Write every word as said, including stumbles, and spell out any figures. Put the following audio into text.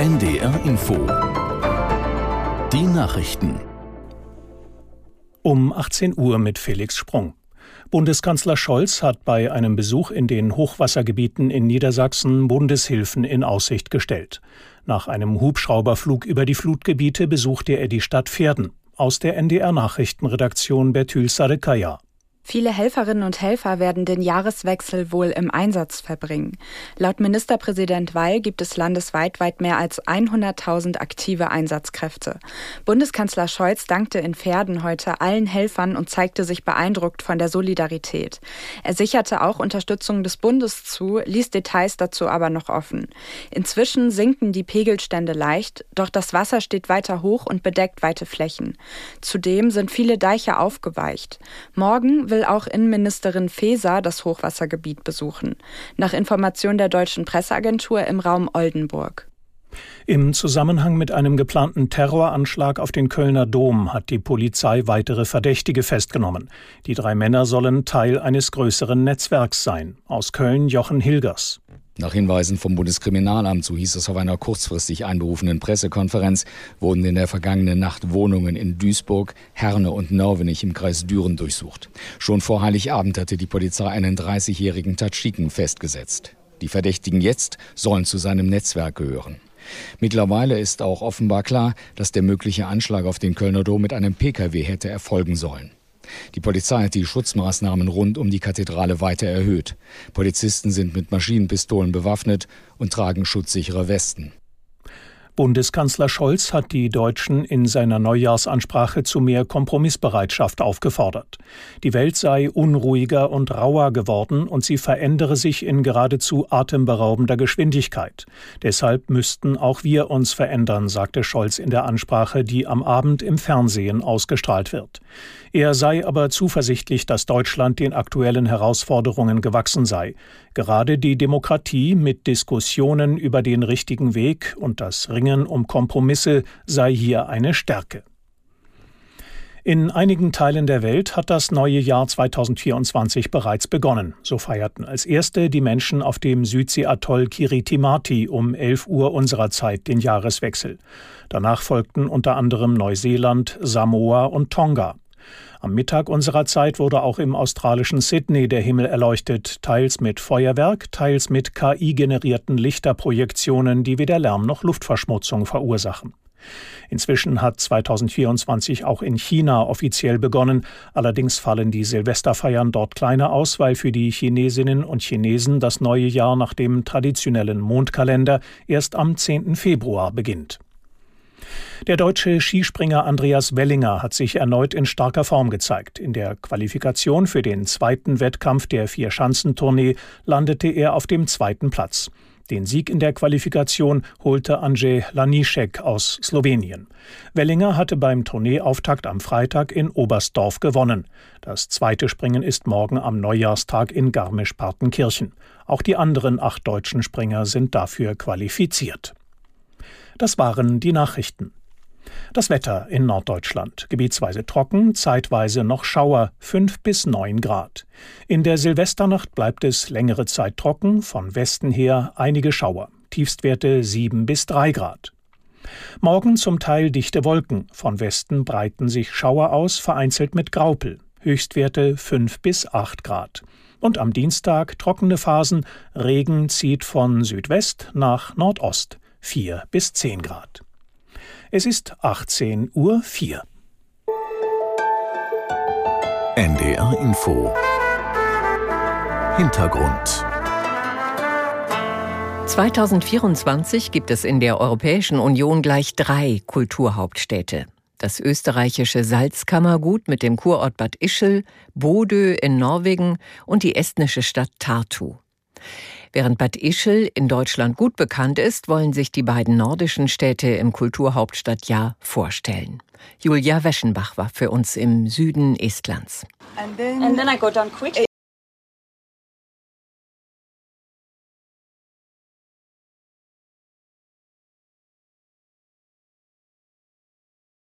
N D R Info. Die Nachrichten. Um achtzehn Uhr mit Felix Sprung. Bundeskanzler Scholz hat bei einem Besuch in den Hochwassergebieten in Niedersachsen Bundeshilfen in Aussicht gestellt. Nach einem Hubschrauberflug über die Flutgebiete besuchte er die Stadt Verden. Aus der N D R-Nachrichtenredaktion Bertül Sadekaya. Viele Helferinnen und Helfer werden den Jahreswechsel wohl im Einsatz verbringen. Laut Ministerpräsident Weil gibt es landesweit weit mehr als hunderttausend aktive Einsatzkräfte. Bundeskanzler Scholz dankte in Verden heute allen Helfern und zeigte sich beeindruckt von der Solidarität. Er sicherte auch Unterstützung des Bundes zu, ließ Details dazu aber noch offen. Inzwischen sinken die Pegelstände leicht, doch das Wasser steht weiter hoch und bedeckt weite Flächen. Zudem sind viele Deiche aufgeweicht. Morgen will auch Innenministerin Faeser das Hochwassergebiet besuchen. Nach Information der deutschen Presseagentur im Raum Oldenburg. Im Zusammenhang mit einem geplanten Terroranschlag auf den Kölner Dom hat die Polizei weitere Verdächtige festgenommen. Die drei Männer sollen Teil eines größeren Netzwerks sein. Aus Köln Jochen Hilgers. Nach Hinweisen vom Bundeskriminalamt, so hieß es auf einer kurzfristig einberufenen Pressekonferenz, wurden in der vergangenen Nacht Wohnungen in Duisburg, Herne und Nörvenich im Kreis Düren durchsucht. Schon vor Heiligabend hatte die Polizei einen dreißigjährigen Tadschiken festgesetzt. Die Verdächtigen jetzt sollen zu seinem Netzwerk gehören. Mittlerweile ist auch offenbar klar, dass der mögliche Anschlag auf den Kölner Dom mit einem Pkw hätte erfolgen sollen. Die Polizei hat die Schutzmaßnahmen rund um die Kathedrale weiter erhöht. Polizisten sind mit Maschinenpistolen bewaffnet und tragen schutzsichere Westen. Bundeskanzler Scholz hat die Deutschen in seiner Neujahrsansprache zu mehr Kompromissbereitschaft aufgefordert. Die Welt sei unruhiger und rauer geworden und sie verändere sich in geradezu atemberaubender Geschwindigkeit. Deshalb müssten auch wir uns verändern, sagte Scholz in der Ansprache, die am Abend im Fernsehen ausgestrahlt wird. Er sei aber zuversichtlich, dass Deutschland den aktuellen Herausforderungen gewachsen sei. Gerade die Demokratie mit Diskussionen über den richtigen Weg und das Ringen um Kompromisse sei hier eine Stärke. In einigen Teilen der Welt hat das neue Jahr zweitausendvierundzwanzig bereits begonnen. So feierten als erste die Menschen auf dem Südsee-Atoll Kiritimati um elf Uhr unserer Zeit den Jahreswechsel. Danach folgten unter anderem Neuseeland, Samoa und Tonga. Am Mittag unserer Zeit wurde auch im australischen Sydney der Himmel erleuchtet, teils mit Feuerwerk, teils mit K I-generierten Lichterprojektionen, die weder Lärm noch Luftverschmutzung verursachen. Inzwischen hat zweitausendvierundzwanzig auch in China offiziell begonnen. Allerdings fallen die Silvesterfeiern dort kleiner aus, weil für die Chinesinnen und Chinesen das neue Jahr nach dem traditionellen Mondkalender erst am zehnten Februar beginnt. Der deutsche Skispringer Andreas Wellinger hat sich erneut in starker Form gezeigt. In der Qualifikation für den zweiten Wettkampf der Vierschanzentournee landete er auf dem zweiten Platz. Den Sieg in der Qualifikation holte Andrzej Lanišek aus Slowenien. Wellinger hatte beim Tourneeauftakt am Freitag in Oberstdorf gewonnen. Das zweite Springen ist morgen am Neujahrstag in Garmisch-Partenkirchen. Auch die anderen acht deutschen Springer sind dafür qualifiziert. Das waren die Nachrichten. Das Wetter in Norddeutschland. Gebietsweise trocken, zeitweise noch Schauer, fünf bis neun Grad. In der Silvesternacht bleibt es längere Zeit trocken, von Westen her einige Schauer. Tiefstwerte sieben bis drei Grad. Morgen zum Teil dichte Wolken. Von Westen breiten sich Schauer aus, vereinzelt mit Graupel. Höchstwerte fünf bis acht Grad. Und am Dienstag trockene Phasen. Regen zieht von Südwest nach Nordost. vier bis zehn Grad. Es ist achtzehn Uhr vier. N D R Info. Hintergrund. zweitausendvierundzwanzig gibt es in der Europäischen Union gleich drei Kulturhauptstädte. Das österreichische Salzkammergut mit dem Kurort Bad Ischl, Bodø in Norwegen und die estnische Stadt Tartu. Während Bad Ischl in Deutschland gut bekannt ist, wollen sich die beiden nordischen Städte im Kulturhauptstadtjahr vorstellen. Julia Weschenbach war für uns im Süden Estlands. And then, and then I go down quick.